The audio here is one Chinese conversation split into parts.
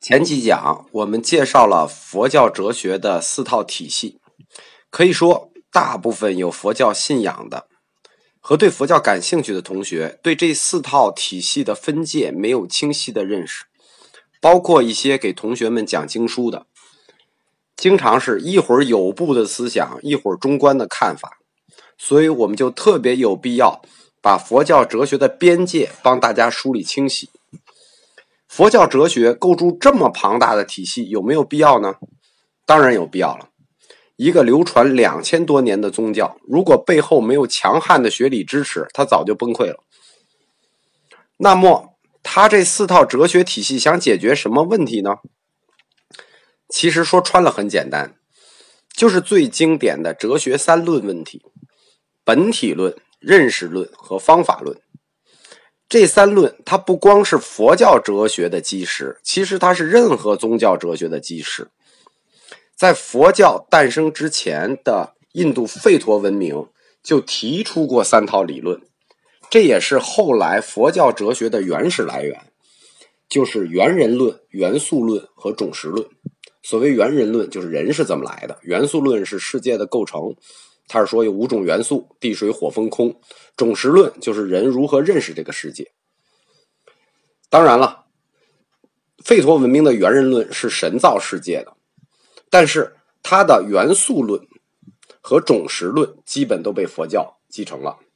前几讲我们介绍了佛教哲学的4套体系，可以说大部分有佛教信仰的和对佛教感兴趣的同学对这4套体系的分界没有清晰的认识，包括一些给同学们讲经书的，经常是一会儿有部的思想，一会儿中观的看法，所以我们就特别有必要把佛教哲学的边界帮大家梳理清晰。佛教哲学构筑这么庞大的体系有没有必要呢？当然有必要了。一个流传2000多年的宗教，如果背后没有强悍的学理支持，它早就崩溃了。那么它这4套哲学体系想解决什么问题呢？其实说穿了很简单，就是最经典的哲学3论问题：本体论、认识论和方法论。这3论它不光是佛教哲学的基石，其实它是任何宗教哲学的基石。在佛教诞生之前的印度吠陀文明就提出过3套理论，这也是后来佛教哲学的原始来源，就是原人论、元素论和种实论。所谓原人论就是人是怎么来的，元素论是世界的构成，它是说有5种元素，地水火风空。种实论就是人如何认识这个世界。当然了，吠陀文明的原人论是神造世界的，但是它的元素论和种实论基本都被佛教继承了。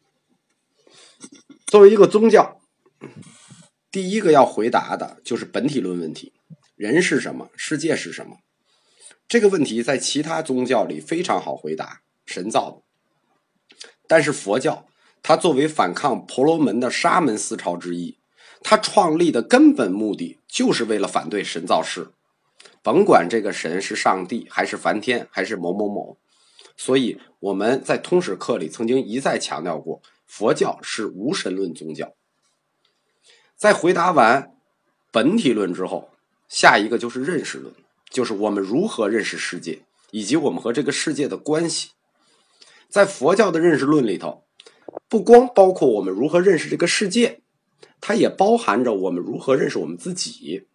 作为一个宗教，第一个要回答的就是本体论问题，人是什么，世界是什么。这个问题在其他宗教里非常好回答，神造的。但是佛教它作为反抗婆罗门的沙门思潮之一，它创立的根本目的就是为了反对神造世，甭管这个神是上帝还是梵天还是某某某。所以我们在通史课里曾经一再强调过，佛教是无神论宗教。在回答完本体论之后，下一个就是认识论，就是我们如何认识世界，以及我们和这个世界的关系。在佛教的认识论里头，不光包括我们如何认识这个世界，它也包含着我们如何认识我们自己。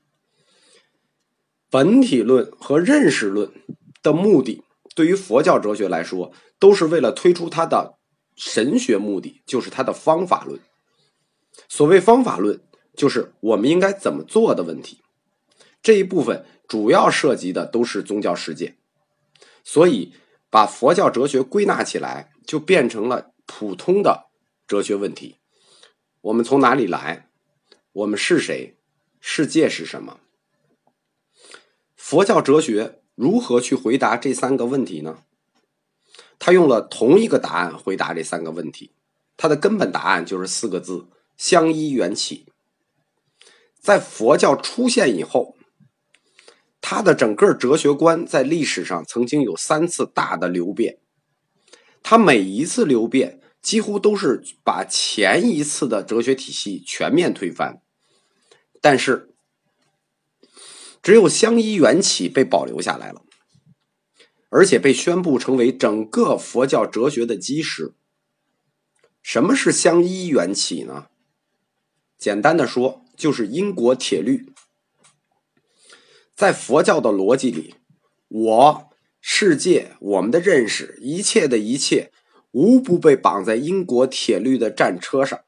本体论和认识论的目的，对于佛教哲学来说，都是为了推出它的神学目的，就是它的方法论。所谓方法论，就是我们应该怎么做的问题。这一部分主要涉及的都是宗教实践，所以把佛教哲学归纳起来，就变成了普通的哲学问题。我们从哪里来？我们是谁？世界是什么？佛教哲学如何去回答这3个问题呢？他用了同一个答案回答这3个问题，它的根本答案就是4个字：相依缘起。在佛教出现以后，它的整个哲学观在历史上曾经有3次大的流变，它每一次流变几乎都是把前一次的哲学体系全面推翻，但是只有相依缘起被保留下来了，而且被宣布成为整个佛教哲学的基石。什么是相依缘起呢？简单的说，就是因果铁律。在佛教的逻辑里，我、世界、我们的认识，一切的一切，无不被绑在因果铁律的战车上。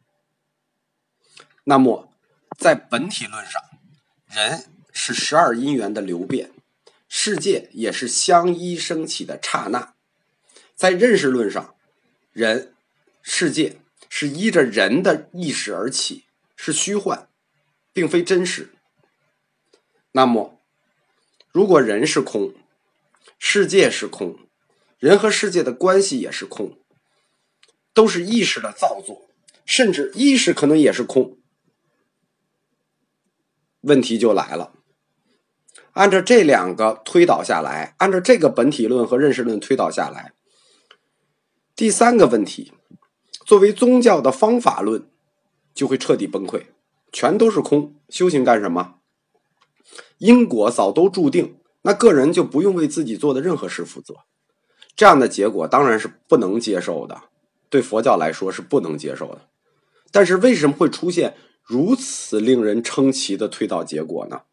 那么，在本体论上，人是12因缘的流变，世界也是相依升起的刹那。在认识论上，人、世界是依着人的意识而起，是虚幻，并非真实。那么，如果人是空，世界是空，人和世界的关系也是空，都是意识的造作，甚至意识可能也是空。问题就来了，按照这2个推导下来，按照这个本体论和认识论推导下来，第3个问题，作为宗教的方法论就会彻底崩溃，全都是空，修行干什么？因果早都注定，那个人就不用为自己做的任何事负责。这样的结果当然是不能接受的，对佛教来说是不能接受的。但是为什么会出现如此令人称奇的推导结果呢？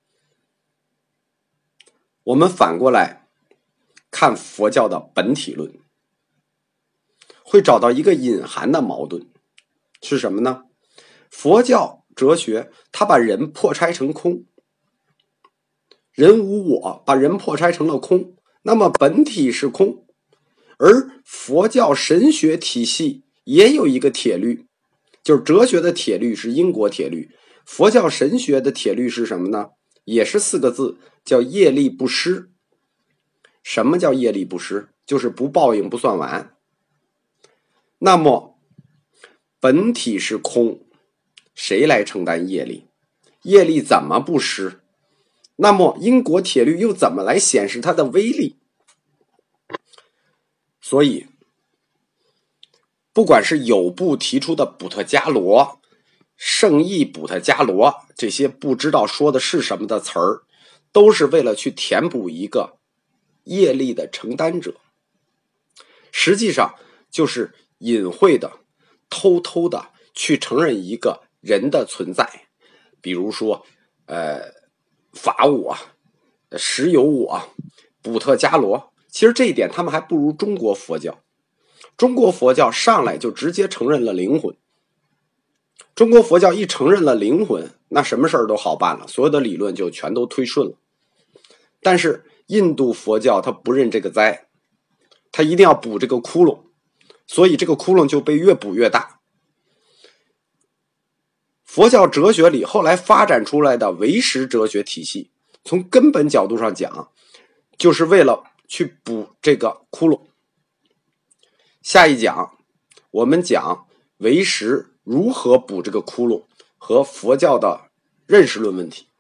我们反过来看佛教的本体论，会找到一个隐含的矛盾，是什么呢？佛教哲学它把人破拆成空，人无我，把人破拆成了空，那么本体是空。而佛教神学体系也有一个铁律，就是哲学的铁律是因果铁律，佛教神学的铁律是什么呢？也是4个字，叫业力不失。什么叫业力不失？就是不报应不算完。那么本体是空，谁来承担业力？业力怎么不失？那么因果铁律又怎么来显示它的威力？所以不管是有部提出的补特伽罗、圣意补特伽罗，这些不知道说的是什么的词儿，都是为了去填补一个业力的承担者，实际上就是隐晦的偷偷的去承认一个人的存在。比如说法我、实有我、补特伽罗，其实这一点他们还不如中国佛教。中国佛教上来就直接承认了灵魂，中国佛教一承认了灵魂，那什么事儿都好办了，所有的理论就全都推顺了。但是印度佛教他不认这个灾，他一定要补这个窟窿，所以这个窟窿就被越补越大。佛教哲学里后来发展出来的唯识哲学体系，从根本角度上讲，就是为了去补这个窟窿。下一讲我们讲唯识如何补这个窟窿和佛教的认识论问题。